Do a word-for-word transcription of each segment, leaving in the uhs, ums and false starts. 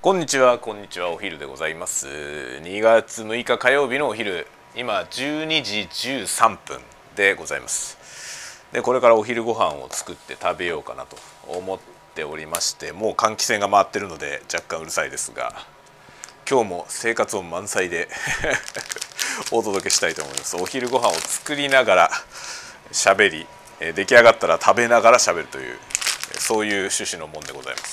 こんにちは、こんにちは。お昼でございます。にがつむいか火曜日のお昼、今じゅうにじじゅうさんぷんでございます。で、これからお昼ご飯を作って食べようかなと思っておりまして、もう換気扇が回ってるので若干うるさいですが、今日も生活音満載でお届けしたいと思います。お昼ご飯を作りながら喋り、出来上がったら食べながら喋るという、そういう趣旨のもんでございます。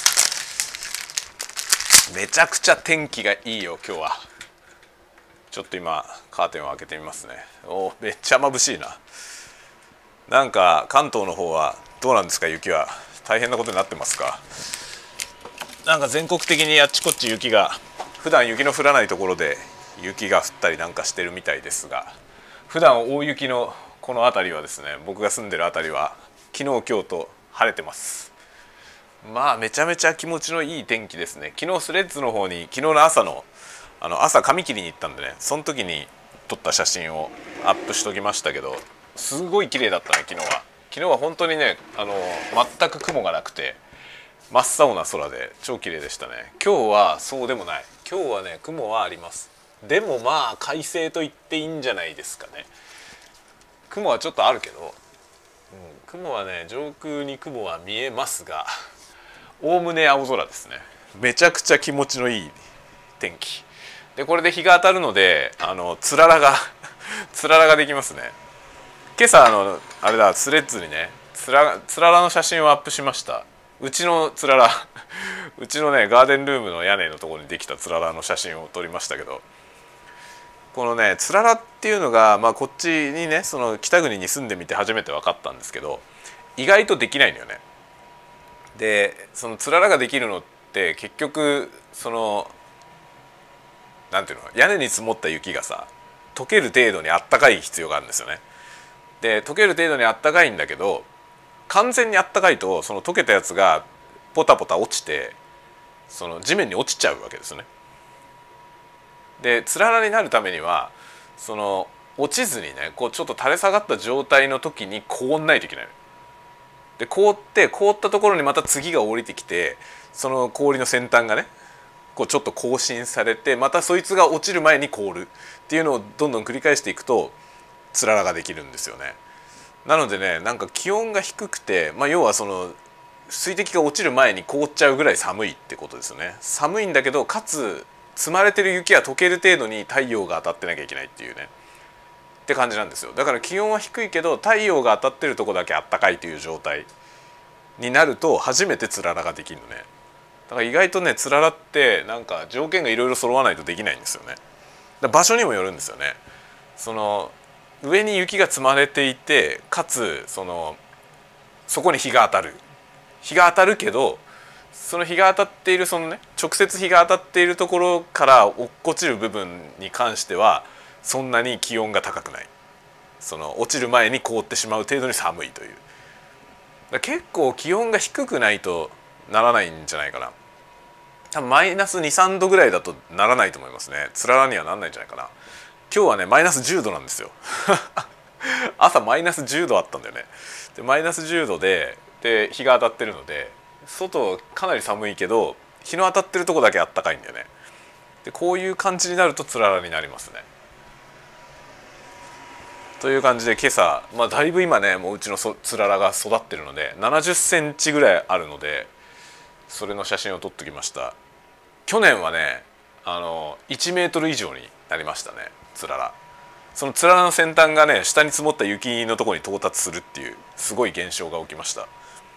めちゃくちゃ天気がいいよ今日は。ちょっと今カーテンを開けてみますね。お、めっちゃ眩しいな。なんか関東の方はどうなんですか？雪は大変なことになってますか？なんか全国的にあっちこっち雪が、普段雪の降らないところで雪が降ったりなんかしてるみたいですが、普段大雪のこの辺りはですね、僕が住んでる辺りは昨日今日と晴れてます。まあめちゃめちゃ気持ちのいい天気ですね。昨日スレッズの方に昨日の朝のあの朝髪切りに行ったんでね、その時に撮った写真をアップしときましたけど、すごい綺麗だったね昨日は。昨日は本当にね、あの全く雲がなくて真っ青な空で超綺麗でしたね。今日はそうでもない。今日はね雲はあります。でもまあ快晴と言っていいんじゃないですかね。雲はちょっとあるけど、うん、雲はね、上空に雲は見えますが、おおむね青空ですね。めちゃくちゃ気持ちのいい天気で、これで日が当たるので、あのつららがつららができますね。今朝あのあれだ、スレッズにね、つらつららの写真をアップしました。うちのつららうちのねガーデンルームの屋根のところにできたつららの写真を撮りましたけど、このねつららっていうのが、まあ、こっちにね、その北国に住んでみて初めて分かったんですけど、意外とできないのよね。でそのつららができるのって結局そのなんていうの、屋根に積もった雪がさ、溶ける程度にあったかい必要があるんですよね。で溶ける程度にあったかいんだけど、完全にあったかいとその溶けたやつがポタポタ落ちて、その地面に落ちちゃうわけですよね。でつららになるためには、その落ちずにね、こうちょっと垂れ下がった状態の時に凍んないといけないの。で凍って凍ったところにまた次が降りてきて、その氷の先端がねこうちょっと更新されて、またそいつが落ちる前に凍るっていうのをどんどん繰り返していくとつららができるんですよね。なのでね、なんか気温が低くて、まあ、要はその水滴が落ちる前に凍っちゃうぐらい寒いってことですよね。寒いんだけど、かつ積まれてる雪は溶ける程度に太陽が当たってなきゃいけないっていうねって感じなんですよ。だから気温は低いけど太陽が当たってるとこだけあったかいという状態になると初めてつららができるのね。だから意外とねつららってなんか条件がいろいろ揃わないとできないんですよね。だから場所にもよるんですよね。その上に雪が積まれていて、かつそのそこに日が当たる日が当たるけど、その日が当たっているそのね直接日が当たっているところから落っこちる部分に関してはそんなに気温が高くない。その落ちる前に凍ってしまう程度に寒いという。だ結構気温が低くないとならないんじゃないかな。多分マイナスに、さんどぐらいだとならないと思いますね。つららにはなんないんじゃないかな。今日はねマイナスじゅうどなんですよ朝マイナスじゅうどあったんだよね。でマイナスじゅうどでで日が当たってるので、外かなり寒いけど日の当たってるとこだけあったかいんだよね。でこういう感じになるとつららになりますね。という感じで今朝、まあ、だいぶ今ねもううちのつららが育ってるのでななじゅっセンチぐらいあるので、それの写真を撮ってきました。去年はねあのいちメートル以上になりましたね、つらら。そのつららの先端がね下に積もった雪のところに到達するっていうすごい現象が起きました。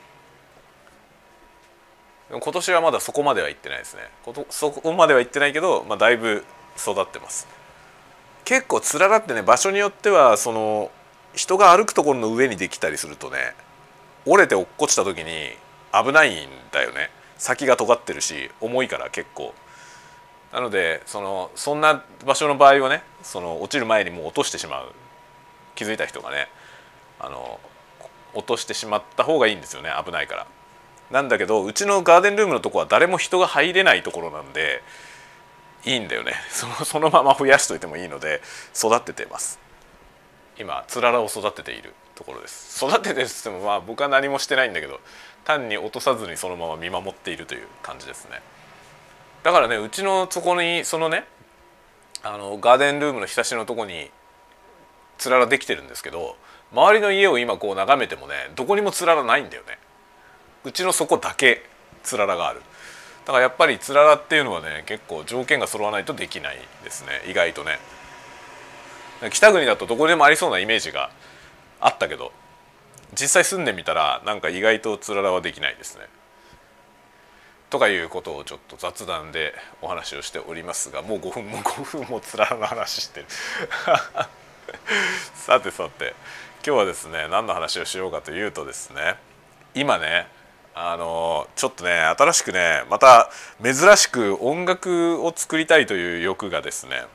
今年はまだそこまでは行ってないですね。そこまでは行ってないけど、まあ、だいぶ育ってます。結構つららってね場所によってはその人が歩くところの上にできたりするとね、折れて落っこちた時に危ないんだよね。先が尖ってるし重いから結構。なのでそのそんな場所の場合はね、その落ちる前にもう落としてしまう、気づいた人がねあの落としてしまった方がいいんですよね、危ないから。なんだけどうちのガーデンルームのとこは誰も人が入れないところなんでいいんだよね。そのそのまま増やしといてもいいので育ててます。今つららを育てているところです。育ててるって言ってもまあ僕は何もしてないんだけど、単に落とさずにそのまま見守っているという感じですね。 だからねうちのそこにそのねあのガーデンルームのひさしのとこにつららできてるんですけど、周りの家を今こう眺めてもねどこにもつららないんだよね。うちのそこだけつららがある。だからやっぱりつららっていうのはね結構条件が揃わないとできないですね、意外とね。北国だとどこでもありそうなイメージがあったけど、実際住んでみたらなんか意外とつららはできないですね。とかいうことをちょっと雑談でお話をしておりますが、もうごふんもごふんもつららの話してるさてさて今日はですね何の話をしようかというとですね、今ねあのちょっとね新しくねまた珍しく音楽を作りたいという欲がですね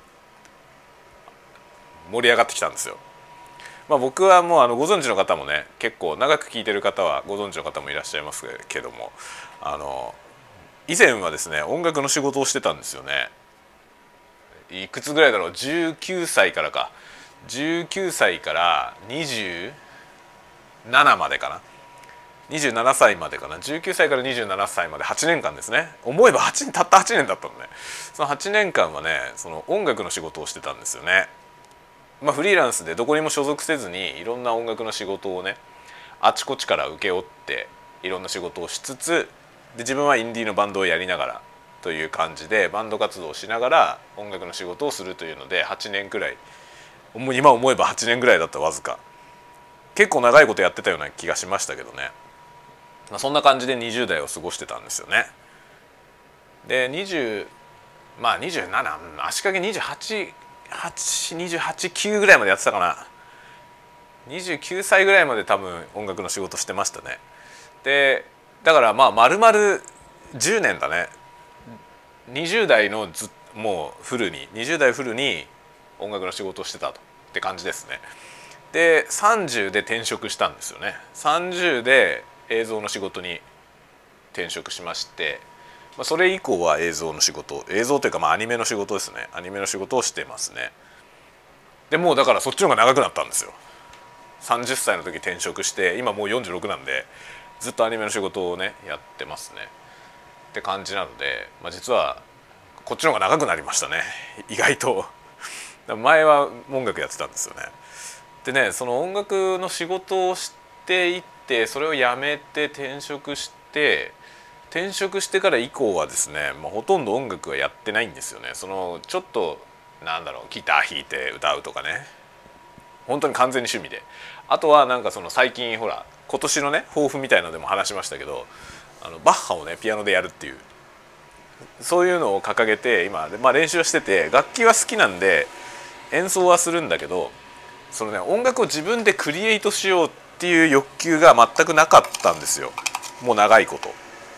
盛り上がってきたんですよ。まあ、僕はもうあのご存知の方もね結構長く聞いてる方はご存知の方もいらっしゃいますけども、あの以前はですね音楽の仕事をしてたんですよね。いくつぐらいだろう、じゅうきゅうさいからかじゅうきゅうさいからにじゅうななまでかなにじゅうななさいまでかなじゅうきゅうさいからにじゅうななさいまではちねんかんですね。思えばはちたったはちねんだったのね。そのはちねんかんはねその音楽の仕事をしてたんですよね。まあ、フリーランスでどこにも所属せずにいろんな音楽の仕事をねあちこちから請け負っていろんな仕事をしつつで、自分はインディーのバンドをやりながらという感じでバンド活動をしながら音楽の仕事をするというのではちねんくらい、もう今思えばはちねんぐらいだった。わずか結構長いことやってたような気がしましたけどね。まあ、そんな感じでにじゅう代を過ごしてたんですよね。でにじゅうまあにじゅうなな足掛けにじゅうはちにじゅうはち、きゅうぐらいまでやってたかな。にじゅうきゅうさいぐらいまで多分音楽の仕事してましたね。でだからまあ丸々じゅうねんだね。にじゅう代のずもうフルににじゅう代フルに音楽の仕事をしてたとって感じですね。でさんじゅうで転職したんですよね。さんじゅうで映像の仕事に転職しまして、まあ、それ以降は映像の仕事映像というかまあアニメの仕事ですね。アニメの仕事をしてますね。でもうだからそっちの方が長くなったんですよ。さんじゅっさいの時転職して今もうよんじゅうろくなんでずっとアニメの仕事をねやってますねって感じなので、まあ、実はこっちの方が長くなりましたね意外と前は音楽やってたんですよね。でねその音楽の仕事をしていってそれをやめて転職して転職してから以降はですね、まあ、ほとんど音楽はやってないんですよね。そのちょっとなんだろうギター弾いて歌うとかね、本当に完全に趣味で、あとはなんかその最近ほら今年のね抱負みたいのでも話しましたけど、あのバッハをねピアノでやるっていうそういうのを掲げて今、まあ、練習はしてて楽器は好きなんで演奏はするんだけど、そのね音楽を自分でクリエイトしようっていう欲求が全くなかったんですよ、もう長いこと。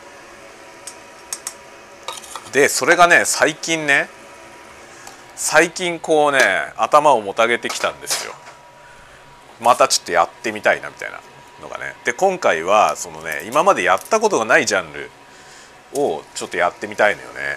でそれがね最近ね最近こうね頭をもたげてきたんですよ。またちょっとやってみたいなみたいなのがね。で今回はそのね今までやったことがないジャンルをちょっとやってみたいのよね。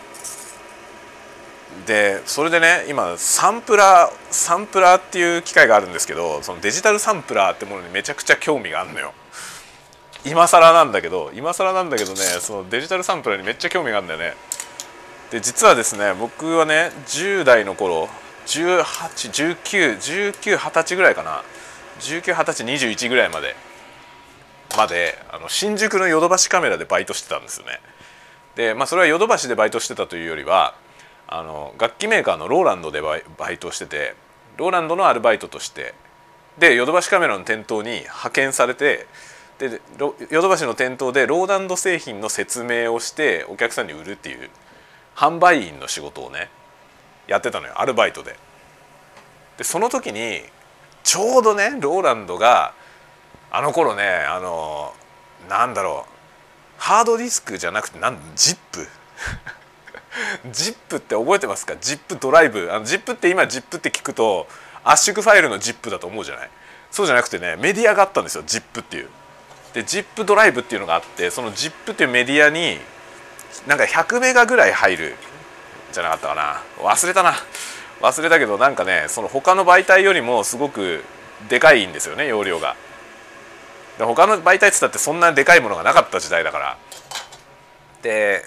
でそれでね今サンプラーサンプラーっていう機械があるんですけど、そのデジタルサンプラーってものにめちゃくちゃ興味があるのよ。今更なんだけど今更なんだけどねそのデジタルサンプラーにめっちゃ興味があるんだよね。で実はですね僕はねじゅう代の頃じゅうはち、じゅうきゅう、じゅうきゅう、はたちぐらいかな、じゅうきゅう、はたち、にじゅういちぐらいまでまであの新宿のヨドバシカメラでバイトしてたんですよね。でまあそれはヨドバシでバイトしてたというよりはあの楽器メーカーのローランドでバイ、バイトをしてて、ローランドのアルバイトとしてでヨドバシカメラの店頭に派遣されて、でヨドバシの店頭でローランド製品の説明をしてお客さんに売るっていう販売員の仕事をねやってたのよ、アルバイトで。でその時にちょうどねローランドがあの頃ねあのなんだろうハードディスクじゃなくてなんジップジップって覚えてますか？ジップドライブ。あのジップって今ジップって聞くと圧縮ファイルのジップだと思うじゃない。そうじゃなくてねメディアがあったんですよ、ジップっていう。でジップドライブっていうのがあって、そのジップっていうメディアになんかひゃくメガぐらい入るじゃなかったかな、忘れたな忘れたけど、なんかねその他の媒体よりもすごくでかいんですよね容量が。で他の媒体っつったってそんなでかいものがなかった時代だから。で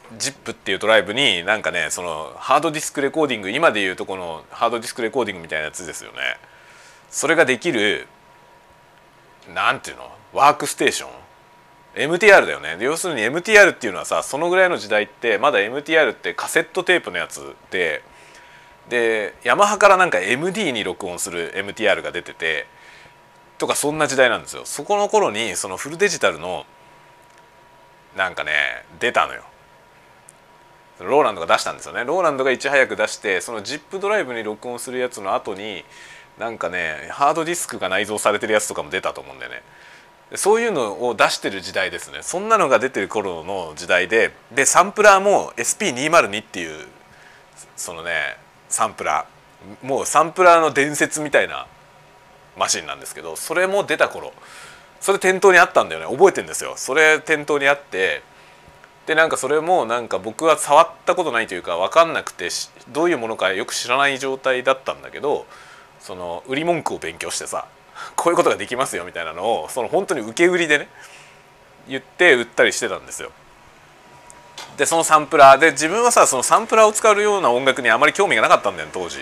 ジップ っていうドライブになんかねそのハードディスクレコーディング、今でいうとこのハードディスクレコーディングみたいなやつですよね。それができるなんていうのワークステーション エムティーアール だよね。要するに エムティーアール っていうのはさ、そのぐらいの時代ってまだ エムティーアール ってカセットテープのやつで、でヤマハからなんか エムディー に録音する エムティーアール が出ててとか、そんな時代なんですよ。そこの頃にそのフルデジタルのなんかね出たのよ。ローランドが出したんですよね。ローランドがいち早く出して、その ジップ ドライブに録音するやつの後になんかねハードディスクが内蔵されてるやつとかも出たと思うんだよね。そういうのを出してる時代ですね。そんなのが出てる頃の時代で、でサンプラーも エスピーにひゃくに っていうそのねサンプラー、もうサンプラーの伝説みたいなマシンなんですけど、それも出た頃、それ店頭にあったんだよね。覚えてるんですよ。それ店頭にあって、でなんかそれもなんか僕は触ったことないというか分かんなくて、どういうものかよく知らない状態だったんだけど、その売り文句を勉強してさ、こういうことができますよみたいなのをその本当に受け売りでね言って売ったりしてたんですよ。でそのサンプラーで、自分はさそのサンプラーを使うような音楽にあまり興味がなかったんだよ当時。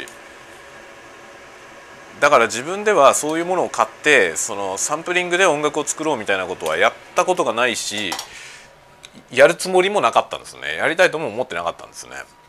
だから自分ではそういうものを買ってそのサンプリングで音楽を作ろうみたいなことはやったことがないし、やるつもりもなかったんですね。やりたいとも思ってなかったんですね。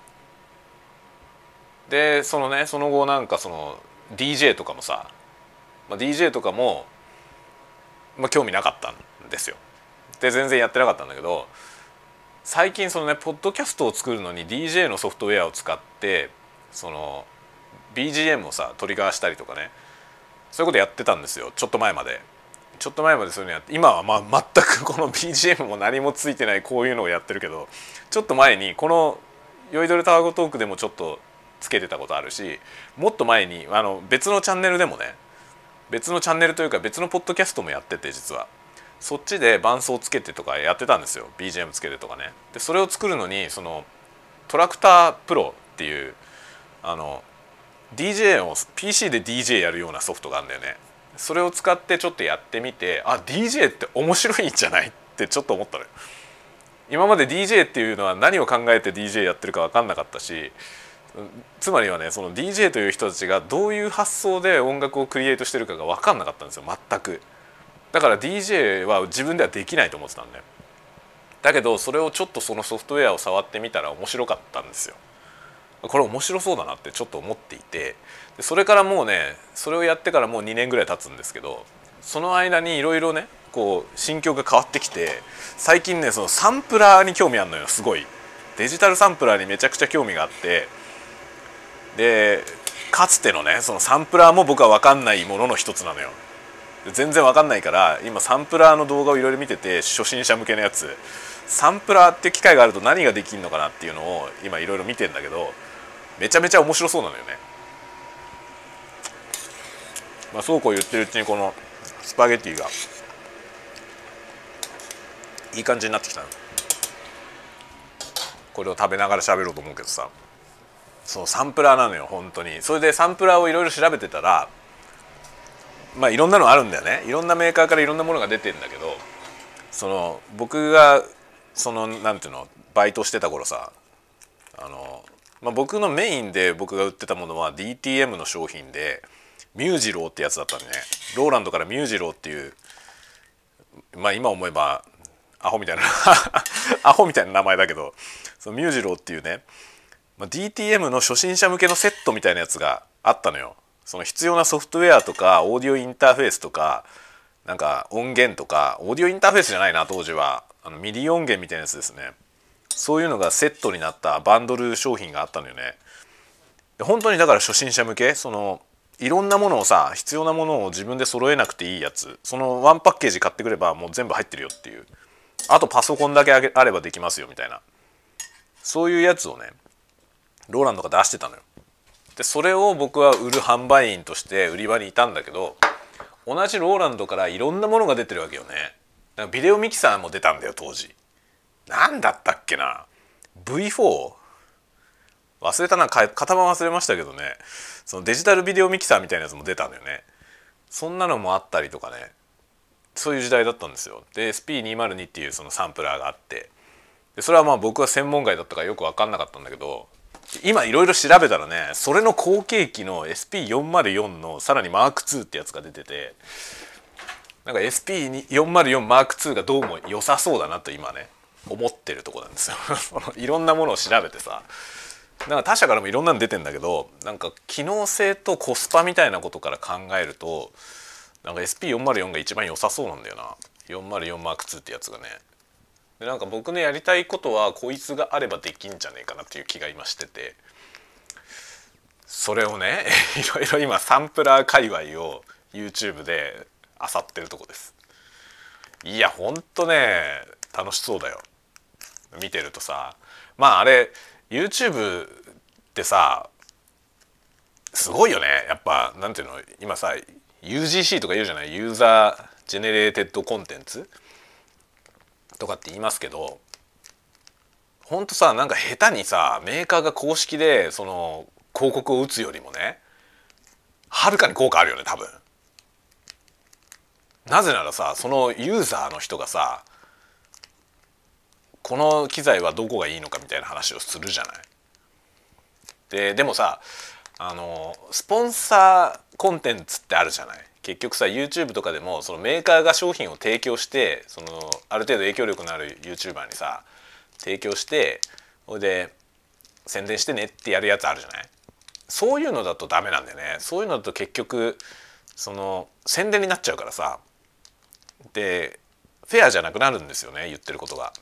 でそのねその後なんかその ディージェー とかもさ、まあ、ディージェー とかも、まあ、興味なかったんですよ。で全然やってなかったんだけど、最近そのねポッドキャストを作るのに ディージェー のソフトウェアを使ってその ビージーエム をさトリガーしたりとかね、そういうことやってたんですよ。ちょっと前までちょっと前までそういうのやって、今はまあ全くこの ビージーエム も何もついてないこういうのをやってるけど、ちょっと前にこの酔いどれタワゴトークでもちょっとつけてたことあるし、もっと前にあの別のチャンネルでもね、別のチャンネルというか別のポッドキャストもやってて、実はそっちで伴奏つけてとかやってたんですよ。 ビージーエム つけてとかね。でそれを作るのにそのトラクタープロっていうあの ディージェー を ピーシー で ディージェー やるようなソフトがあるんだよね。それを使ってちょっとやってみて、あ ディージェー って面白いんじゃないってちょっと思ったのよ。今まで ディージェー っていうのは何を考えて ディージェー やってるか分かんなかったし、つまりはねその ディージェー という人たちがどういう発想で音楽をクリエイトしてるかが分かんなかったんですよ全く。だから ディージェー は自分ではできないと思ってたんだよ。だけどそれをちょっとそのソフトウェアを触ってみたら面白かったんですよ。これ面白そうだなってちょっと思っていて、でそれからもうねそれをやってからもうにねんぐらい経つんですけど、その間にいろいろねこう心境が変わってきて、最近ねそのサンプラーに興味あるのよ。すごいデジタルサンプラーにめちゃくちゃ興味があって、でかつてのねそのサンプラーも僕は分かんないものの一つなのよ。全然分かんないから今サンプラーの動画をいろいろ見てて、初心者向けのやつ、サンプラーっていう機械があると何ができるのかなっていうのを今いろいろ見てんだけど、めちゃめちゃ面白そうなのよね。まあ、そうこう言ってるうちにこのスパゲッティがいい感じになってきたの。これを食べながら喋ろうと思うけどさ、そのサンプラーなのよ本当に。それでサンプラーをいろいろ調べてたら、まあいろんなのあるんだよね。いろんなメーカーからいろんなものが出てるんだけど、その僕がそのなんていうのバイトしてた頃さ、あの、まあ、僕のメインで僕が売ってたものは ディーティーエム の商品でミュージローってやつだったんでね。ローランドからミュージローっていう、まあ今思えばアホみたいなアホみたいな名前だけど、そのミュージローっていうね、まあ、ディーティーエム の初心者向けのセットみたいなやつがあったのよ。その必要なソフトウェアとかオーディオインターフェースとかなんか音源とか、オーディオインターフェースじゃないな当時は、あのミディ音源みたいなやつですね。そういうのがセットになったバンドル商品があったのよね。で本当にだから初心者向け、そのいろんなものをさ、必要なものを自分で揃えなくていいやつ、そのワンパッケージ買ってくればもう全部入ってるよっていう、あとパソコンだけあればできますよみたいな、そういうやつをねローランドが出してたのよ。でそれを僕は売る販売員として売り場にいたんだけど、同じローランドからいろんなものが出てるわけよね。なんかビデオミキサーも出たんだよ当時。なんだったっけな ブイフォー？ 忘れたな、型番忘れましたけどね、そのデジタルビデオミキサーみたいなやつも出たんだよね。そんなのもあったりとかね、そういう時代だったんですよ。で エスピーにひゃくに っていうそのサンプラーがあって、 でそれはまあ僕は専門外だったからよく分かんなかったんだけど、今いろいろ調べたらね、それの後継機の エスピーよんまるよん のさらにマークツーってやつが出てて、なんか エスピーよんまるよん マークツーがどうも良さそうだなと今ね思ってるとこなんですよいろんなものを調べてさ、なんか他社からもいろんなの出てんだけど、なんか機能性とコスパみたいなことから考えるとなんか エスピーよんまるよん が一番良さそうなんだよな。よんまるよんマークツーってやつがね。でなんか僕のやりたいことはこいつがあればできんじゃねえかなっていう気が今してて、それをねいろいろ今サンプラー界隈を YouTube で漁ってるとこです。いやほんとね楽しそうだよ見てるとさ。まああれ YouTube ってさすごいよねやっぱ。なんていうの今さ ユージーシー とか言うじゃない、ユーザージェネレーテッドコンテンツとかって言いますけど、ほんとさなんか下手にさメーカーが公式でその広告を打つよりもねはるかに効果あるよね多分。なぜならさそのユーザーの人がさこの機材はどこがいいのかみたいな話をするじゃない。ででもさあのスポンサーコンテンツってあるじゃない。結局さ YouTube とかでもそのメーカーが商品を提供してそのある程度影響力のある YouTuber にさ提供してそれで宣伝してねってやるやつあるじゃない。そういうのだとダメなんだよね。そういうのだと結局その宣伝になっちゃうからさ、でフェアじゃなくなるんですよね言ってることが。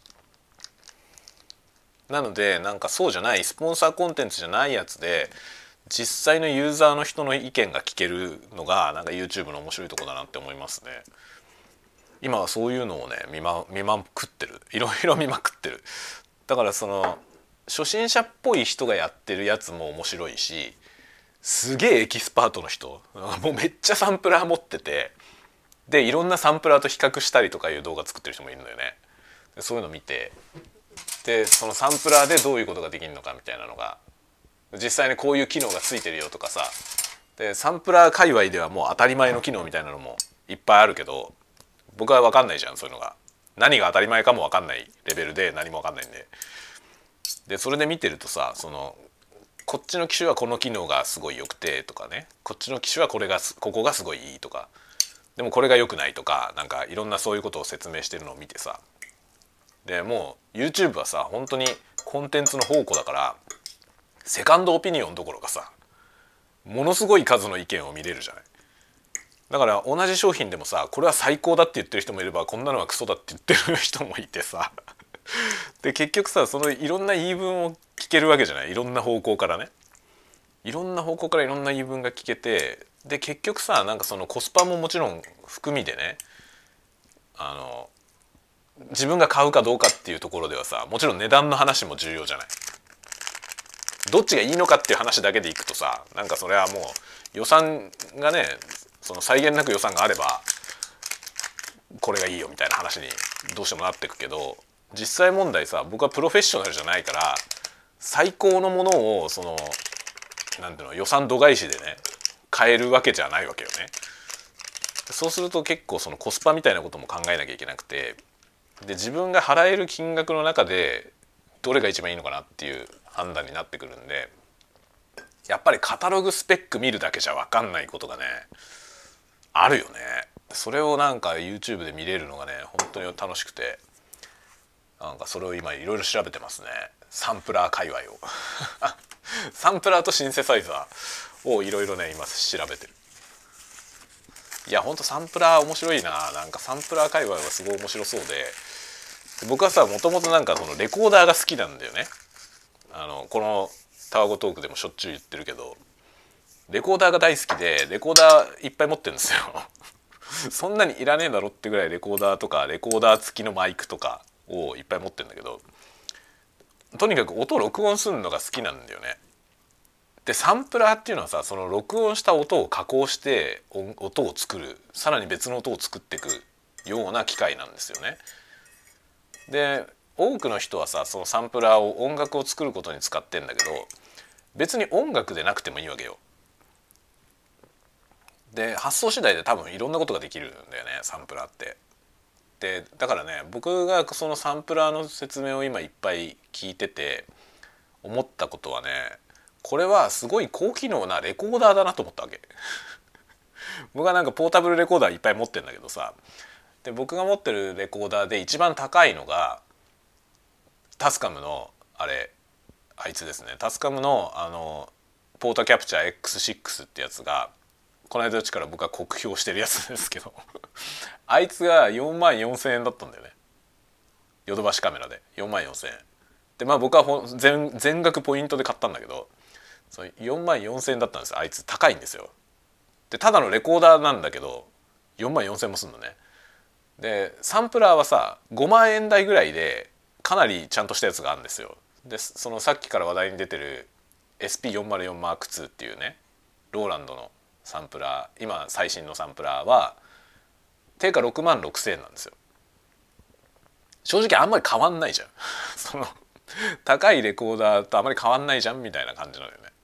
なのでなんかそうじゃないスポンサーコンテンツじゃないやつで実際のユーザーの人の意見が聞けるのがなんか YouTube の面白いとこだなって思いますね。今はそういうのをね見ま見まくってる、いろいろ見まくってる。だからその初心者っぽい人がやってるやつも面白いし、すげえエキスパートの人もうめっちゃサンプラー持っててでいろんなサンプラーと比較したりとかいう動画作ってる人もいるのよね。でそういうの見て、でそのサンプラーでどういうことができるのかみたいなのが実際にこういう機能がついてるよとかさ、でサンプラー界隈ではもう当たり前の機能みたいなのもいっぱいあるけど僕は分かんないじゃん。そういうのが何が当たり前かも分かんないレベルで何も分かんないんで、でそれで見てるとさそのこっちの機種はこの機能がすごい良くてとかね、こっちの機種はこれがここがすごいいいとか、でもこれが良くないとか、なんかいろんなそういうことを説明してるのを見てさ、でもう YouTube はさ本当にコンテンツの宝庫だからセカンドオピニオンどころかさものすごい数の意見を見れるじゃない。だから同じ商品でもさこれは最高だって言ってる人もいればこんなのはクソだって言ってる人もいてさで結局さそのいろんな言い分を聞けるわけじゃない。いろんな方向からねいろんな方向からいろんな言い分が聞けて、で結局さなんかそのコスパももちろん含みでね、あの自分が買うかどうかっていうところではさもちろん値段の話も重要じゃない。どっちがいいのかっていう話だけでいくとさなんかそれはもう予算がねその際限なく予算があればこれがいいよみたいな話にどうしてもなってくけど、実際問題さ僕はプロフェッショナルじゃないから最高のものをそのなんていうの予算度外視でね買えるわけじゃないわけよね。そうすると結構そのコスパみたいなことも考えなきゃいけなくて、で自分が払える金額の中でどれが一番いいのかなっていう判断になってくるんで、やっぱりカタログスペック見るだけじゃ分かんないことがねあるよね。それをなんか YouTube で見れるのがね本当に楽しくて、なんかそれを今いろいろ調べてますね。サンプラー界隈をサンプラーとシンセサイザーをいろいろね今調べてる。いやほんとサンプラー面白いな。なんかサンプラー界隈はすごい面白そうで、僕はさもともとなんかそのレコーダーが好きなんだよね。あのこのタワゴトークでもしょっちゅう言ってるけどレコーダーが大好きでレコーダーいっぱい持ってるんですよそんなにいらねえだろってぐらいレコーダーとかレコーダー付きのマイクとかをいっぱい持ってるんだけど、とにかく音を録音するのが好きなんだよね。でサンプラーっていうのはさその録音した音を加工して音を作る、さらに別の音を作っていくような機械なんですよね。で多くの人はさそのサンプラーを音楽を作ることに使ってんだけど別に音楽でなくてもいいわけよ。で発想次第で多分いろんなことができるんだよねサンプラーって。 でだからね、僕がそのサンプラーの説明を今いっぱい聞いてて思ったことはね、これはすごい高機能なレコーダーだなと思ったわけ僕はなんかポータブルレコーダーいっぱい持ってるんだけどさ、で僕が持ってるレコーダーで一番高いのがタスカムのあれあいつですね、タスカムのあのポータキャプチャー エックスシックス ってやつがこの間うちから僕が酷評してるやつですけどあいつがよんまんよんせんえんだったんだよね、ヨドバシカメラでよんまんよんせんえんで、まあ僕は全全額ポイントで買ったんだけど、そのよんまんよんせんえんだったんですよ。あいつ高いんですよ。でただのレコーダーなんだけどよんまんよんせんえんもすんのね。でサンプラーはさごまんえん台ぐらいでかなりちゃんとしたやつがあるんですよ。でそのさっきから話題に出てる エスピーよんまるよんマークツー っていうねローランドのサンプラー、今最新のサンプラーは定価ろくまんろくせんえんなんですよ。正直あんまり変わんないじゃんその高いレコーダーとあまり変わんないじゃんみたいな感じなのよね。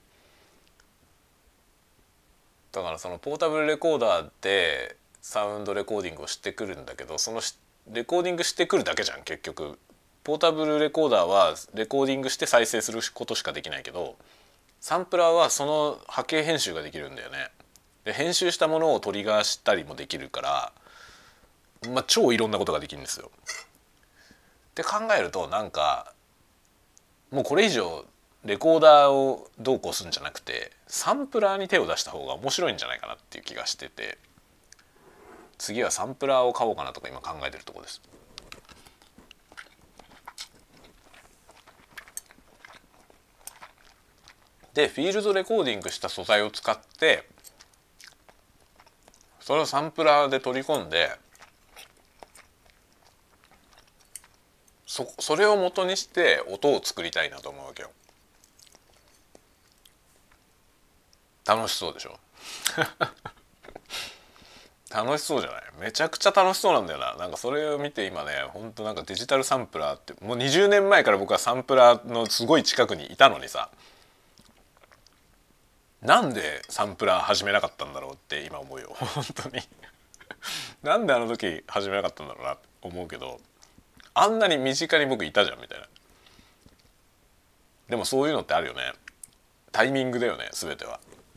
だからそのポータブルレコーダーでサウンドレコーディングをしてくるんだけど、そのレコーディングしてくるだけじゃん結局。ポータブルレコーダーはレコーディングして再生することしかできないけど、サンプラーはその波形編集ができるんだよね。で編集したものをトリガーしたりもできるから、まあ、超いろんなことができるんですよ。って考えるとなんかもうこれ以上レコーダーをどうこうするんじゃなくてサンプラーに手を出した方が面白いんじゃないかなっていう気がしてて、次はサンプラーを買おうかなとか今考えてるところです。でフィールドレコーディングした素材を使ってそれをサンプラーで取り込んで そ, それを元にして音を作りたいなと思うわけよ。楽しそうでしょ楽しそうじゃない？めちゃくちゃ楽しそうなんだよな。なんかそれを見て今ね、ほんとなんかデジタルサンプラーってもうにじゅうねんまえから僕はサンプラーのすごい近くにいたのにさ、なんでサンプラー始めなかったんだろうって今思うよ本当になんであの時始めなかったんだろうなって思うけど、あんなに身近に僕いたじゃんみたいな。でもそういうのってあるよね。タイミングだよね全ては。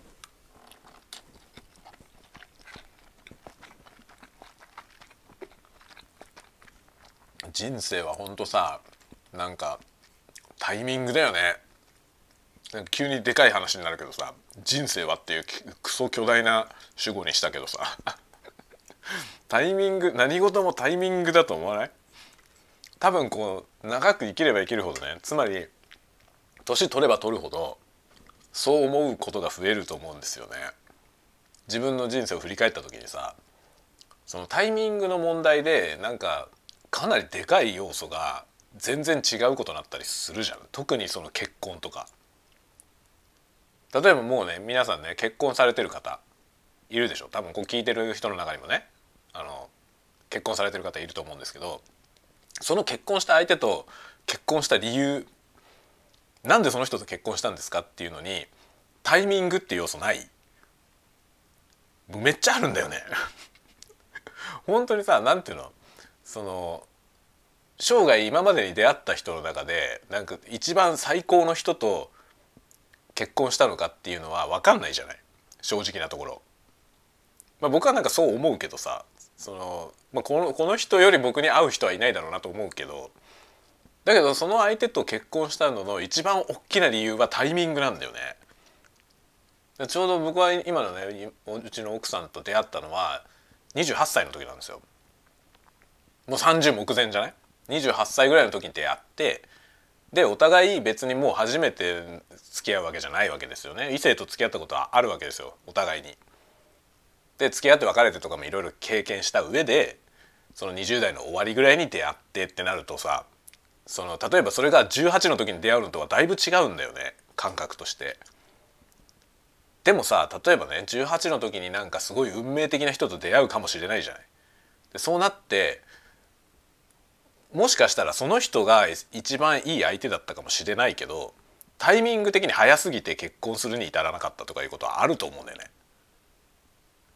人生はほんとさ、なんかタイミングだよね。なんか急にでかい話になるけどさ、人生はっていうクソ巨大な主語にしたけどさタイミング、何事もタイミングだと思わない？多分こう長く生きれば生きるほどね、つまり年取れば取るほどそう思うことが増えると思うんですよね。自分の人生を振り返った時にさ、そのタイミングの問題でなんかかなりでかい要素が全然違うことになったりするじゃん。特にその結婚とか。例えばもうね、皆さんね結婚されてる方いるでしょ。多分こう聞いてる人の中にもね、あの結婚されてる方いると思うんですけど、その結婚した相手と結婚した理由、なんでその人と結婚したんですかっていうのにタイミングっていう要素ない？めっちゃあるんだよね本当にさ、なんていうの、その生涯今までに出会った人の中でなんか一番最高の人と結婚したのかっていうのは分かんないじゃない、正直なところ。まあ、僕はなんかそう思うけどさ、その、まあ、この、この人より僕に会う人はいないだろうなと思うけど、だけどその相手と結婚したのの一番大きな理由はタイミングなんだよね。ちょうど僕は今のねうちの奥さんと出会ったのはにじゅうはっさいの時なんですよ。もうさんじゅう目前じゃない？ にじゅうはっ 歳ぐらいの時に出会って、でお互い別にもう初めて付き合うわけじゃないわけですよね。異性と付き合ったことはあるわけですよ、お互いに。で付き合って別れてとかもいろいろ経験した上で、そのにじゅう代の終わりぐらいに出会ってってなるとさ、その例えばそれがじゅうはちの時に出会うのとはだいぶ違うんだよね、感覚として。でもさ、例えばねじゅうはちの時になんかすごい運命的な人と出会うかもしれないじゃない。でそうなってもしかしたらその人が一番いい相手だったかもしれないけど、タイミング的に早すぎて結婚するに至らなかったとかいうことはあると思うんだよね。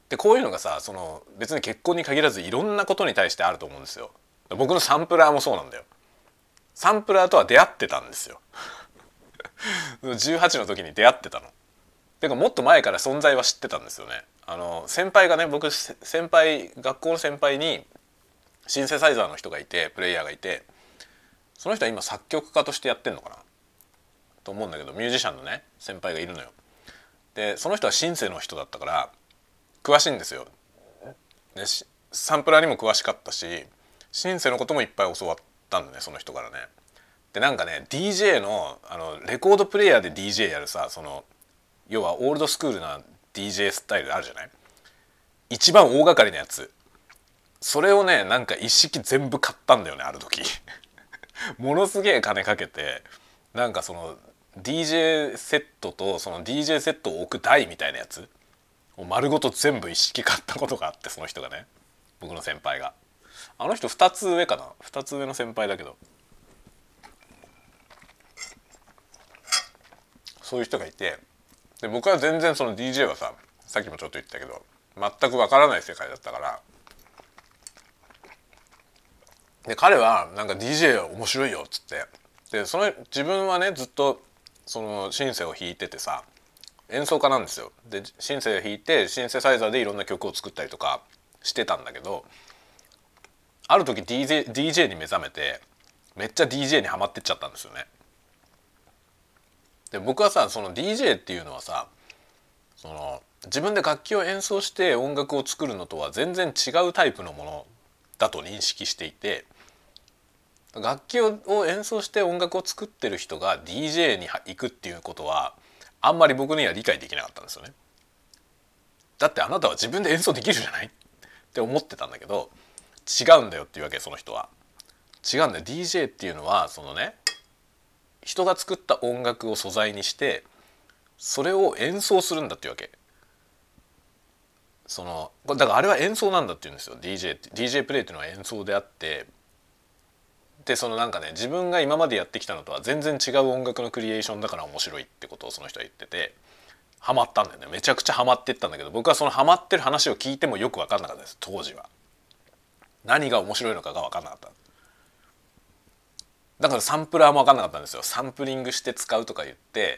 でこういうのがさ、その別に結婚に限らずいろんなことに対してあると思うんですよ。僕のサンプラーもそうなんだよ。サンプラーとは出会ってたんですよ。じゅうはちの時に出会ってたの。てかもっと前から存在は知ってたんですよね。あの先輩がね、僕先輩学校の先輩にシンセサイザーの人がいて、プレイヤーがいて、その人は今作曲家としてやってんのかなと思うんだけど、ミュージシャンのね先輩がいるのよ。でその人はシンセの人だったから詳しいんですよ。でサンプラーにも詳しかったし、シンセのこともいっぱい教わったんだね、その人からね。でなんかね ディージェー の, あのレコードプレイヤーで ディージェー やるさ、その要はオールドスクールな ディージェー スタイルあるじゃない。一番大掛かりなやつ、それをねなんか一式全部買ったんだよね、ある時。ものすげえ金かけて、なんかその ディージェー セットとその ディージェー セットを置く台みたいなやつを丸ごと全部一式買ったことがあって、その人がね、僕の先輩が、あの人ふたつ上かな、ふたつ上の先輩だけど、そういう人がいて、で僕は全然その ディージェー はさ、さっきもちょっと言ったけど全くわからない世界だったから、で彼はなんか ディージェー 面白いよっつって、でその自分はねずっとそのシンセを弾いててさ、演奏家なんですよ。でシンセを弾いてシンセサイザーでいろんな曲を作ったりとかしてたんだけど、ある時 ディージェー, ディージェー に目覚めて、めっちゃ ディージェー にハマってっちゃったんですよね。で僕はさ、その ディージェー っていうのはさ、その自分で楽器を演奏して音楽を作るのとは全然違うタイプのものだと認識していて、楽器を演奏して音楽を作ってる人が ディージェー に行くっていうことはあんまり僕には理解できなかったんですよね。だってあなたは自分で演奏できるじゃないって思ってたんだけど、違うんだよっていうわけ、その人は。違うんだよ、 ディージェー っていうのはそのね、人が作った音楽を素材にしてそれを演奏するんだっていうわけ。そのだからあれは演奏なんだっていうんですよ、 ディージェー って。 ディージェー プレイっていうのは演奏であって、でそのなんかね、自分が今までやってきたのとは全然違う音楽のクリエーションだから面白いってことをその人は言ってて、ハマったんだよね。めちゃくちゃハマってったんだけど、僕はそのハマってる話を聞いてもよく分かんなかったです、当時は。何が面白いのかが分かんなかった。だからサンプラーも分かんなかったんですよ。サンプリングして使うとか言って、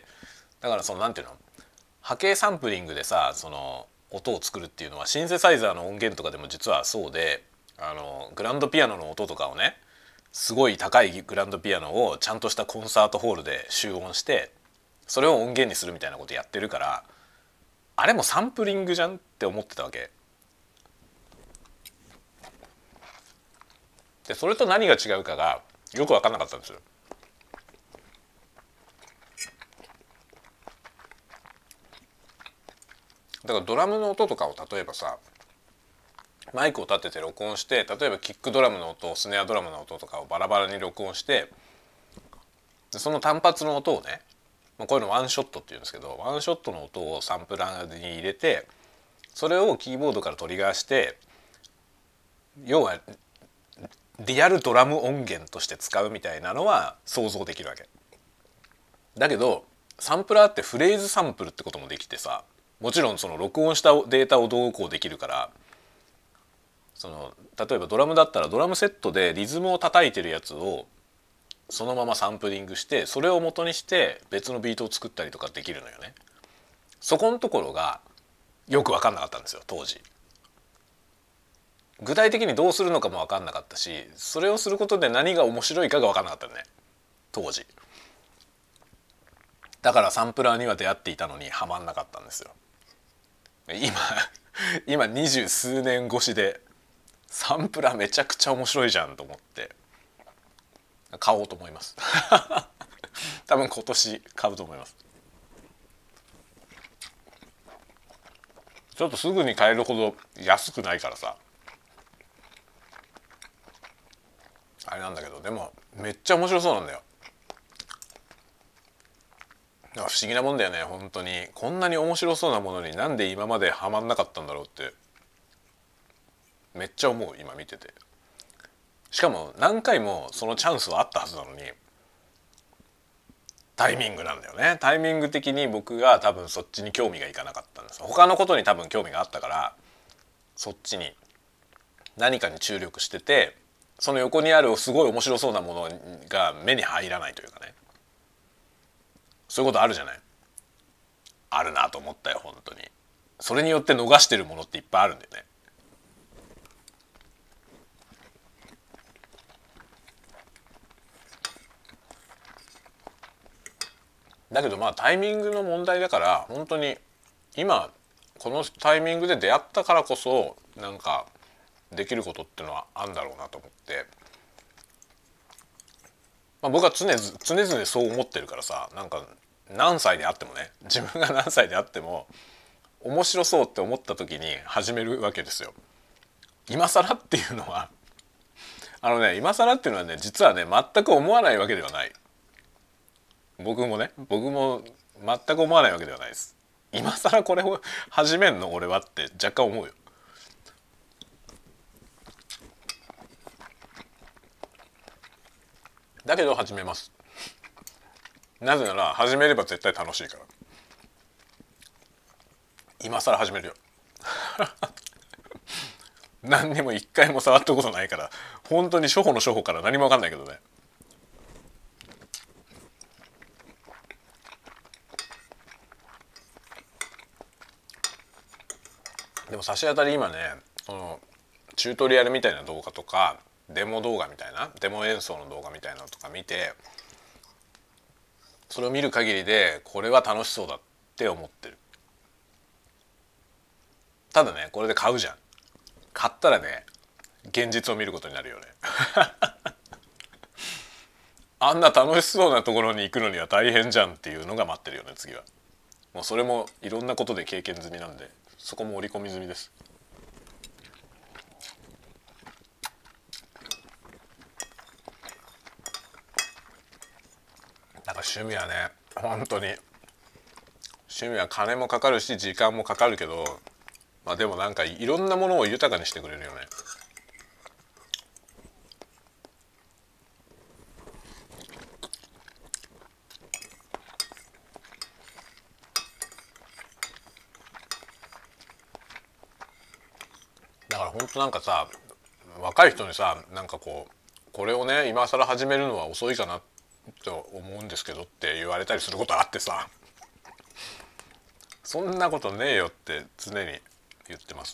だからそのなんていうの、波形サンプリングでさ、その音を作るっていうのはシンセサイザーの音源とかでも実はそうで、あのグランドピアノの音とかをね、すごい高いグランドピアノをちゃんとしたコンサートホールで集音してそれを音源にするみたいなことやってるから、あれもサンプリングじゃんって思ってたわけで、それと何が違うかがよく分かんなかったんですよ。だからドラムの音とかを例えばさ、マイクを立てて録音して、例えばキックドラムの音、スネアドラムの音とかをバラバラに録音して、その単発の音をね、こういうのワンショットっていうんですけど、ワンショットの音をサンプラーに入れて、それをキーボードからトリガーして、要はリアルドラム音源として使うみたいなのは想像できるわけだけど、サンプラーってフレーズサンプルってこともできてさ、もちろんその録音したデータをどうこうできるから、その例えばドラムだったらドラムセットでリズムを叩いてるやつをそのままサンプリングして、それを元にして別のビートを作ったりとかできるのよね。そこのところがよく分かんなかったんですよ、当時。具体的にどうするのかも分かんなかったし、それをすることで何が面白いかが分かんなかったね、当時。だからサンプラーには出会っていたのにハマんなかったんですよ。今今二十数年越しでサンプラーめちゃくちゃ面白いじゃんと思って買おうと思います。多分今年買うと思います。ちょっとすぐに買えるほど安くないからさあれなんだけど、でもめっちゃ面白そうなんだよ。不思議なもんだよね、本当に。こんなに面白そうなものになんで今までハマんなかったんだろうってめっちゃ思う、今見てて。しかも何回もそのチャンスはあったはずなのに、タイミングなんだよね。タイミング的に僕が多分そっちに興味がいかなかったんです。他のことに多分興味があったからそっちに何かに注力してて、その横にあるすごい面白そうなものが目に入らないというかね、そういうことあるじゃない。あるなと思ったよ本当に。それによって逃してるものっていっぱいあるんだよね。だけどまあタイミングの問題だから、本当に今このタイミングで出会ったからこそなんかできることっていうのはあるんだろうなと思って、まあ、僕は常々常々そう思ってるからさ、なんか何歳であってもね、自分が何歳であっても面白そうって思った時に始めるわけですよ。今更っていうのはあのね、今更っていうのはね、実はね全く思わないわけではない。僕もね僕も全く思わないわけではないです。今更これを始めんの俺はって若干思うよ。だけど始めます。なぜなら始めれば絶対楽しいから。今更始めるよ何にも一回も触ったことないから、本当に初歩の初歩から何も分かんないけどね。でも差し当たり今ね、そのチュートリアルみたいな動画とかデモ動画みたいなデモ演奏の動画みたいなのとか見て、それを見る限りでこれは楽しそうだって思ってる。ただねこれで買うじゃん。買ったらね現実を見ることになるよねあんな楽しそうなところに行くのには大変じゃんっていうのが待ってるよね次は。もうそれもいろんなことで経験済みなんで、そこも織り込み済みです。なんか趣味はね本当に趣味は金もかかるし時間もかかるけど、まあでもなんかいろんなものを豊かにしてくれるよね。だから本当なんかさ、若い人にさ、なんかこうこれをね今更始めるのは遅いかなと思うんですけどって言われたりすることあってさ、そんなことねえよって常に言ってます。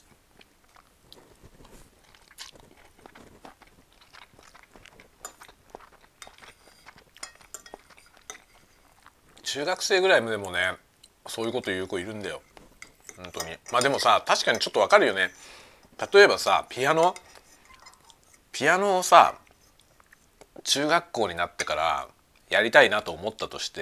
中学生ぐらいでもねそういうこと言う子いるんだよ本当に。まあでもさ確かにちょっとわかるよね。例えばさピアノピアノをさ中学校になってからやりたいなと思ったとして、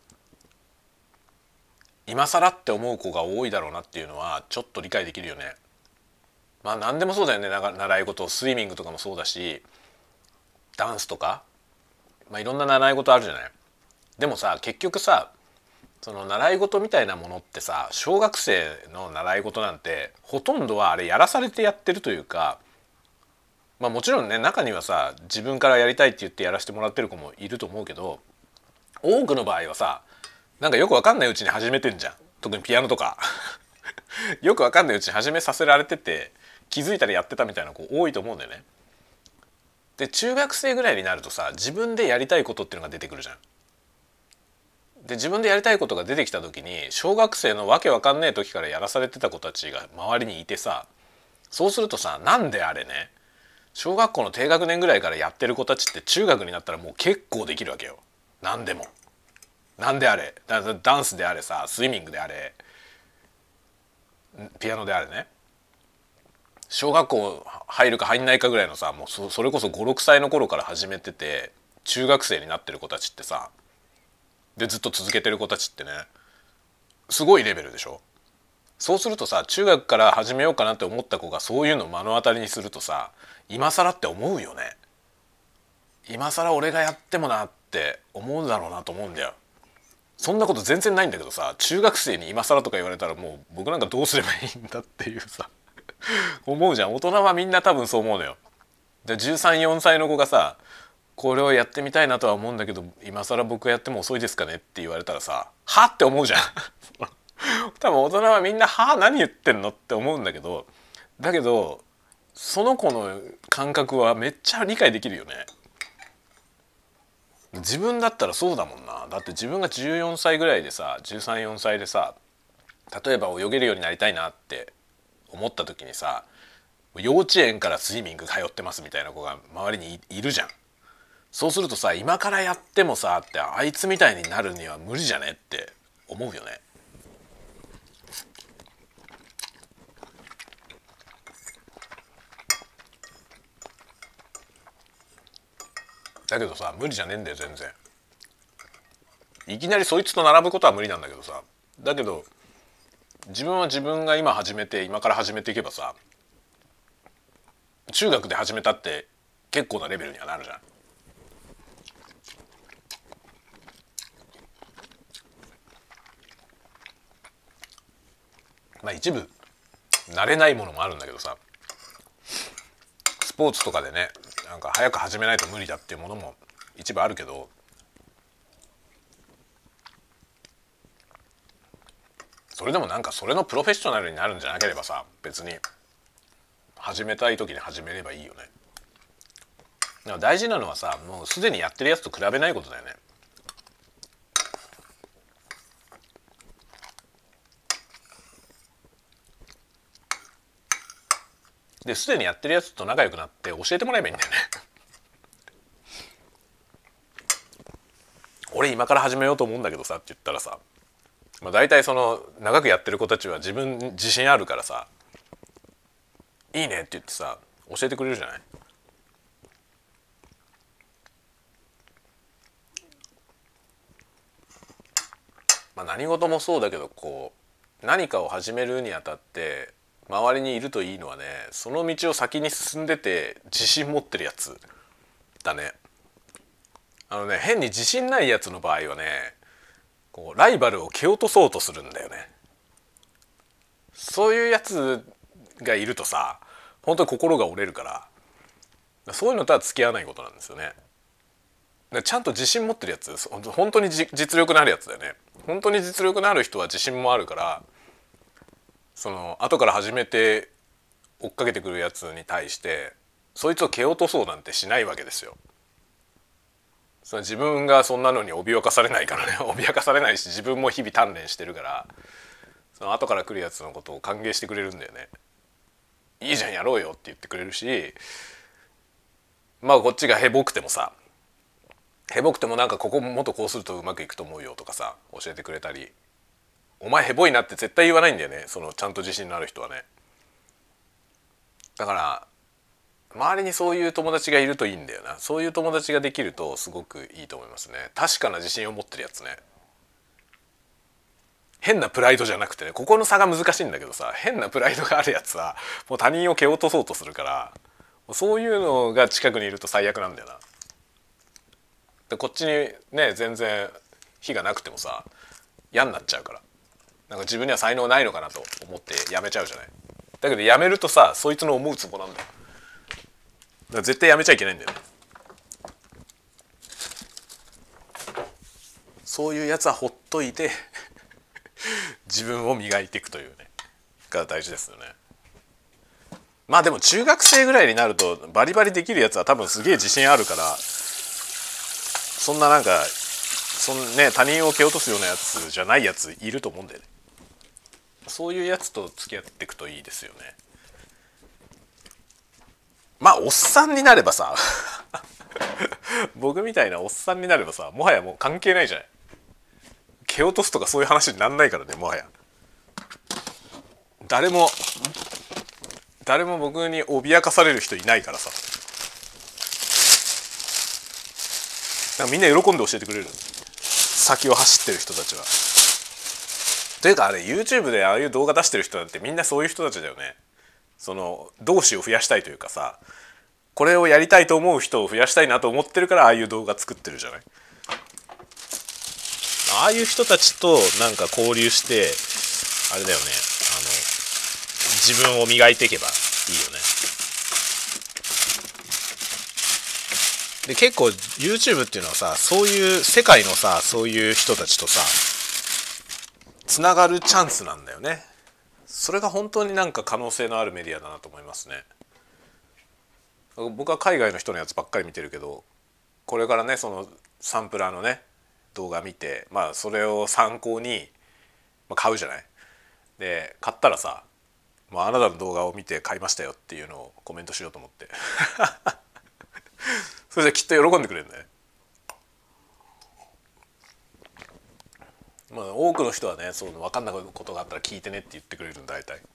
今更って思う子が多いだろうなっていうのはちょっと理解できるよね。まあ何でもそうだよね。習い事、スイミングとかもそうだしダンスとか、まあ、いろんな習い事あるじゃない。でもさ結局さその習い事みたいなものってさ、小学生の習い事なんてほとんどはあれやらされてやってるというか、まあもちろんね中にはさ自分からやりたいって言ってやらせてもらってる子もいると思うけど、多くの場合はさなんかよくわかんないうちに始めてんじゃん。特にピアノとかよくわかんないうちに始めさせられてて気づいたらやってたみたいな子多いと思うんだよね。で中学生ぐらいになるとさ自分でやりたいことっていうのが出てくるじゃん。で自分でやりたいことが出てきた時に小学生のわけわかんねえ時からやらされてた子たちが周りにいてさ、そうするとさなんであれね小学校の低学年ぐらいからやってる子たちって中学になったらもう結構できるわけよ。何でも何であれダンスであれさスイミングであれピアノであれね、小学校入るか入んないかぐらいのさもう そ, それこそごろくさいの頃から始めてて中学生になってる子たちってさでずっと続けてる子たちってねすごいレベルでしょ。そうするとさ中学から始めようかなって思った子がそういうのを目の当たりにするとさ今更って思うよね。今更俺がやってもなって思うだろうなと思うんだよ。そんなこと全然ないんだけどさ、中学生に今更とか言われたらもう僕なんかどうすればいいんだっていうさ思うじゃん。大人はみんな多分そう思うのよ。でじゅうさん、よんさいの子がさこれをやってみたいなとは思うんだけど今更僕やっても遅いですかねって言われたらさはって思うじゃん多分大人はみんなは何言ってんのって思うんだけど、 だけどその子の感覚はめっちゃ理解できるよね。自分だったらそうだもんな。だって自分がじゅうよんさいぐらいでさ、じゅうさん、よんさいでさ、例えば泳げるようになりたいなって思った時にさ、幼稚園からスイミング通ってますみたいな子が周りにいるじゃん。そうするとさ、今からやってもさって、あいつみたいになるには無理じゃねって思うよね。だけどさ、無理じゃねえんだよ全然。いきなりそいつと並ぶことは無理なんだけどさ、だけど自分は自分が今始めて今から始めていけばさ、中学で始めたって結構なレベルにはなるじゃん。まあ一部慣れないものもあるんだけどさ、スポーツとかでね、なんか早く始めないと無理だっていうものも一部あるけど、それでもなんかそれのプロフェッショナルになるんじゃなければさ、別に始めたい時に始めればいいよね。だから大事なのはさ、もうすでにやってるやつと比べないことだよね。ですでにやってるやつと仲良くなって教えてもらえばいいんだよね。俺今から始めようと思うんだけどさって言ったらさ、まあ、大体その長くやってる子たちは自分に自信あるからさ、いいねって言ってさ教えてくれるじゃない。まあ、何事もそうだけど、こう何かを始めるにあたって周りにいるといいのはね、その道を先に進んでて自信持ってるやつだね。あのね、変に自信ないやつの場合はね、こうライバルを蹴落とそうとするんだよね。そういうやつがいるとさ、本当に心が折れるから、そういうのとは付き合わないことなんですよね。ちゃんと自信持ってるやつ、本当に実力のあるやつだよね。本当に実力のある人は自信もあるから、その後から始めて追っかけてくるやつに対してそいつを蹴落とそうなんてしないわけですよ。その自分がそんなのに脅かされないからね。脅かされないし、自分も日々鍛錬してるから、その後から来るやつのことを歓迎してくれるんだよね。いいじゃんやろうよって言ってくれるし、まあこっちがヘボくてもさ、ヘボくてもなんかここもっとこうするとうまくいくと思うよとかさ教えてくれたり、お前ヘボいなって絶対言わないんだよね、そのちゃんと自信のある人はね。だから周りにそういう友達がいるといいんだよな。そういう友達ができるとすごくいいと思いますね。確かな自信を持ってるやつね。変なプライドじゃなくてね、ここの差が難しいんだけどさ、変なプライドがあるやつはもう他人を蹴落とそうとするから、そういうのが近くにいると最悪なんだよな。でこっちにね全然非がなくてもさ嫌になっちゃうから、なんか自分には才能ないのかなと思ってやめちゃうじゃない。だけどやめるとさ、そいつの思うツボなんだよ。だから絶対やめちゃいけないんだよね。そういうやつはほっといて自分を磨いていくというねが大事ですよね。まあでも中学生ぐらいになるとバリバリできるやつは多分すげえ自信あるから、そんななんかそん、ね、他人を蹴落とすようなやつじゃないやついると思うんだよね。そういうやつと付き合っていくといいですよね。まあおっさんになればさ僕みたいなおっさんになればさ、もはやもう関係ないじゃない。蹴落とすとかそういう話になんないからね。もはや誰も誰も僕に脅かされる人いないからさ、なんかみんな喜んで教えてくれる、先を走ってる人たちは。というかあれ YouTube でああいう動画出してる人なんてみんなそういう人たちだよね。その同志を増やしたいというかさ、これをやりたいと思う人を増やしたいなと思ってるからああいう動画作ってるじゃない。ああいう人たちとなんか交流してあれだよね、あの自分を磨いていけばいいよね。で結構 YouTube っていうのはさ、そういう世界のさそういう人たちとさつながるチャンスなんだよね。 それが本当になんか可能性のあるメディアだなと思いますね。僕は海外の人のやつばっかり見てるけど、これからねそのサンプラーのね動画見て、まあそれを参考に買うじゃない。で買ったらさ、もうあなたの動画を見て買いましたよっていうのをコメントしようと思ってそれじゃきっと喜んでくれるんだよね。まあ多くの人はね、そう分かんないことがあったら聞いてねって言ってくれるんだ大体。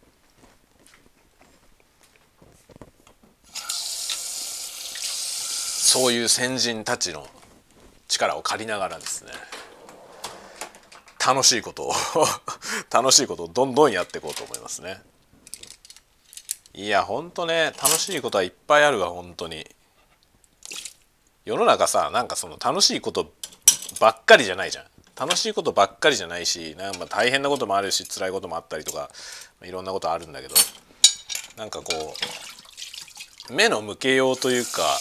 そういう先人たちの力を借りながらですね、楽しいことを楽しいことをどんどんやっていこうと思いますね。いやほんとね、楽しいことはいっぱいあるわ。本当に世の中さ、なんかその楽しいことばっかりじゃないじゃん。楽しいことばっかりじゃないし、なんか大変なこともあるし辛いこともあったりとかいろんなことあるんだけど、なんかこう目の向けようというか、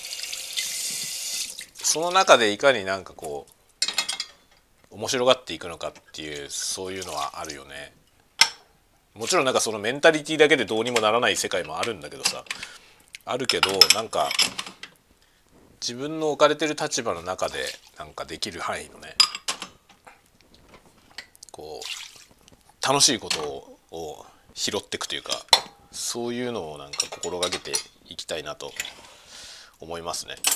その中でいかになんかこう面白がっていくのかっていう、そういうのはあるよね。もちろんなんかそのメンタリティだけでどうにもならない世界もあるんだけどさ、あるけど、なんか自分の置かれてる立場の中でなんかできる範囲のね、こう楽しいことを拾っていくというか、そういうのをなんか心がけていきたいなと思いますね。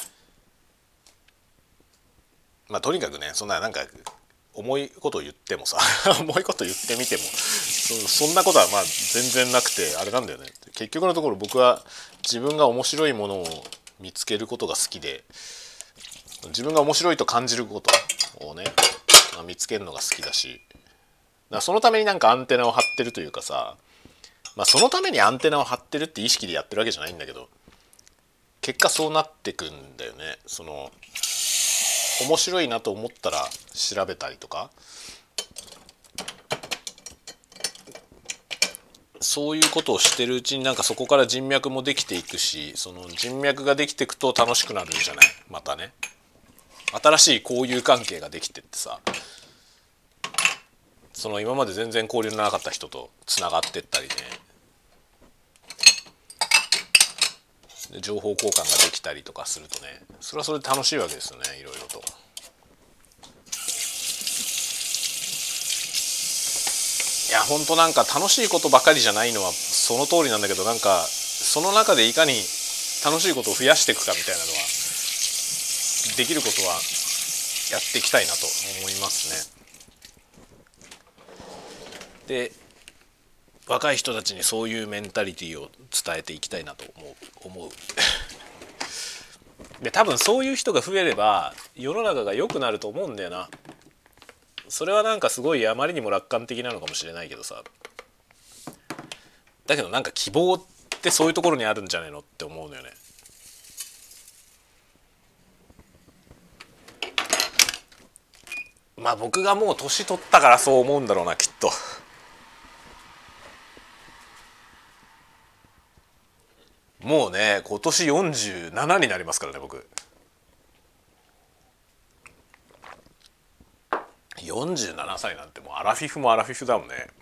まあとにかくね、そんななんか重いことを言ってもさ重いこと言ってみても そ, そんなことはまあ全然なくて、あれなんだよね。結局のところ僕は自分が面白いものを見つけることが好きで、自分が面白いと感じることをね見つけるのが好きだし、だからそのためになんかアンテナを張ってるというかさ、まあそのためにアンテナを張ってるって意識でやってるわけじゃないんだけど、結果そうなってくんだよね。その面白いなと思ったら調べたりとか、そういうことをしてるうちになんかそこから人脈もできていくし、その人脈ができていくと楽しくなるんじゃない。またね、新しい交友関係ができてってさ、その今まで全然交流のなかった人とつながってったりね、で情報交換ができたりとかするとね、それはそれで楽しいわけですよね、いろいろと。いやほんとなんか楽しいことばかりじゃないのはその通りなんだけど、なんかその中でいかに楽しいことを増やしていくかみたいなのは、できることはやっていきたいなと思いますね。で若い人たちにそういうメンタリティーを伝えていきたいなと思う思うで多分そういう人が増えれば世の中が良くなると思うんだよな。それはなんかすごいあまりにも楽観的なのかもしれないけどさ、だけどなんか希望ってそういうところにあるんじゃないのって思うのよね。まあ僕がもう年取ったからそう思うんだろうな、きっと。もうね今年よんじゅうななになりますからね僕。よんじゅうななさいなんてもうアラフィフもアラフィフだもんね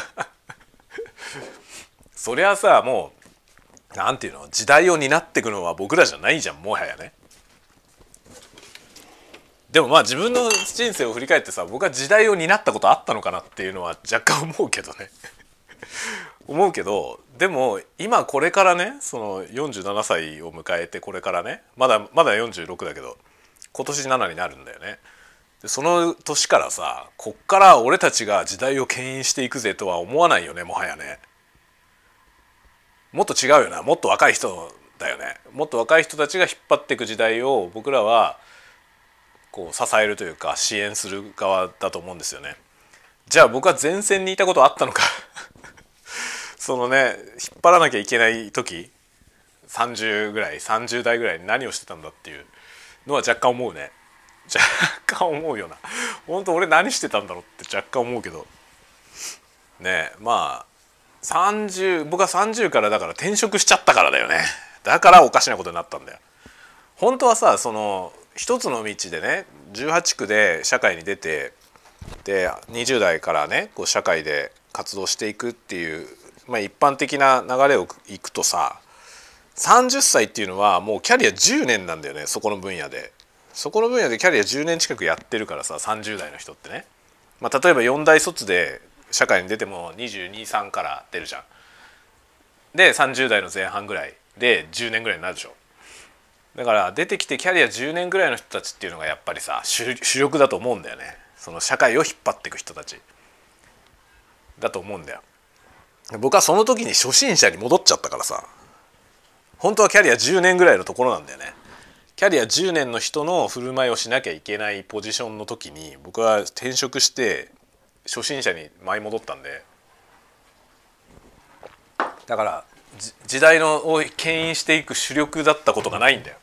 そりゃさ、もうなんていうの、時代を担っていくのは僕らじゃないじゃん、もはやね。でもまあ自分の人生を振り返ってさ、僕は時代を担ったことあったのかなっていうのは若干思うけどね思うけど、でも今これからね、そのよんじゅうななさいを迎えて、これからね、まだまだよんじゅうろくだけど今年ななになるんだよね。でその年からさ、こっから俺たちが時代を牽引していくぜとは思わないよね、もはやね。もっと違うよな、もっと若い人だよね。もっと若い人たちが引っ張っていく時代を僕らはこう支えるというか支援する側だと思うんですよね。じゃあ僕は前線にいたことあったのかそのね、引っ張らなきゃいけない時、さんじゅうぐらいさんじゅう代ぐらいに何をしてたんだっていうのは若干思うね。若干思うよな。本当俺何してたんだろうって若干思うけどね。えまあさんじゅう、僕はさんじゅうからだから転職しちゃったからだよね。だからおかしなことになったんだよ。本当はさ、その一つの道でね、じゅうはち区で社会に出て、でにじゅう代からねこう社会で活動していくっていう、まあ、一般的な流れをいくとさ、さんじゅっさいっていうのはもうキャリアじゅうねんなんだよね。そこの分野でそこの分野でキャリアじゅうねん近くやってるからさ、さんじゅう代の人ってね、まあ、例えばよん大卒で社会に出てもにじゅうに、さんから出るじゃん。でさんじゅう代の前半ぐらいでじゅうねんぐらいになるでしょ。だから出てきてキャリアじゅうねんぐらいの人たちっていうのがやっぱりさ主力だと思うんだよね。その社会を引っ張っていく人たちだと思うんだよ。僕はその時に初心者に戻っちゃったからさ、本当はキャリアじゅうねんぐらいのところなんだよね。キャリアじゅうねんの人の振る舞いをしなきゃいけないポジションの時に僕は転職して初心者に舞い戻ったんで、だから時代のを牽引していく主力だったことがないんだよ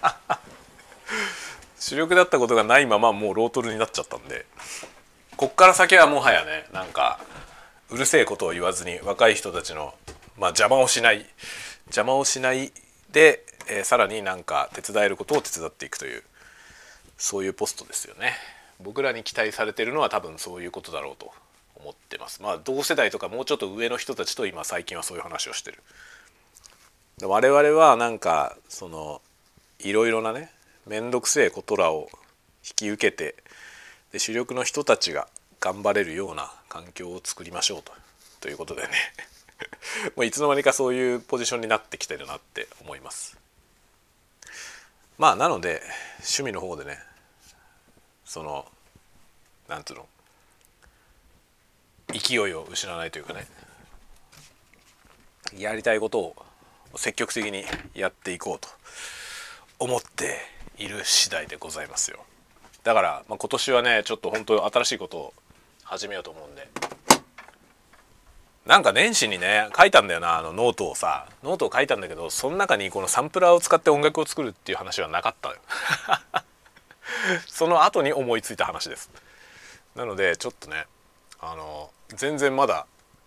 主力だったことがないままもうロートルになっちゃったんで、こっから先はもはやね、なんかうるせえことを言わずに若い人たちの、まあ、邪魔をしない邪魔をしないで、えー、さらになんか手伝えることを手伝っていくという、そういうポストですよね。僕らに期待されているのは多分そういうことだろうと思ってます。まあ同世代とかもうちょっと上の人たちと今最近はそういう話をしてる。我々はなんかそのいろいろなね、めんどくせえことらを引き受けて、で主力の人たちが頑張れるような環境を作りましょうとということでねもういつの間にかそういうポジションになってきてるなって思います。まあなので趣味の方でね、そのなんつうの勢いを失わないというかね、やりたいことを積極的にやっていこうと思っている次第でございますよ。だから、まあ、今年はねちょっと本当新しいことを始めようと思うんで、なんか年始にね書いたんだよな、あのノートをさノートを書いたんだけど、その中にこのサンプラーを使って音楽を作るっていう話はなかったのよその後に思いついた話です。なのでちょっとね、あの全然まだ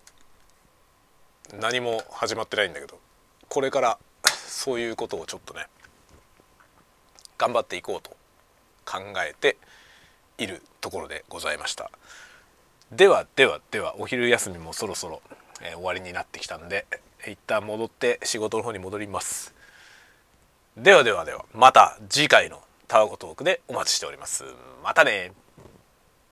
何も始まってないんだけど、これからそういうことをちょっとね頑張っていこうと考えているところでございました。ではではではお昼休みもそろそろ、えー、終わりになってきたんで、一旦戻って仕事の方に戻ります。ではではではまた次回のタワゴトークでお待ちしております。またね。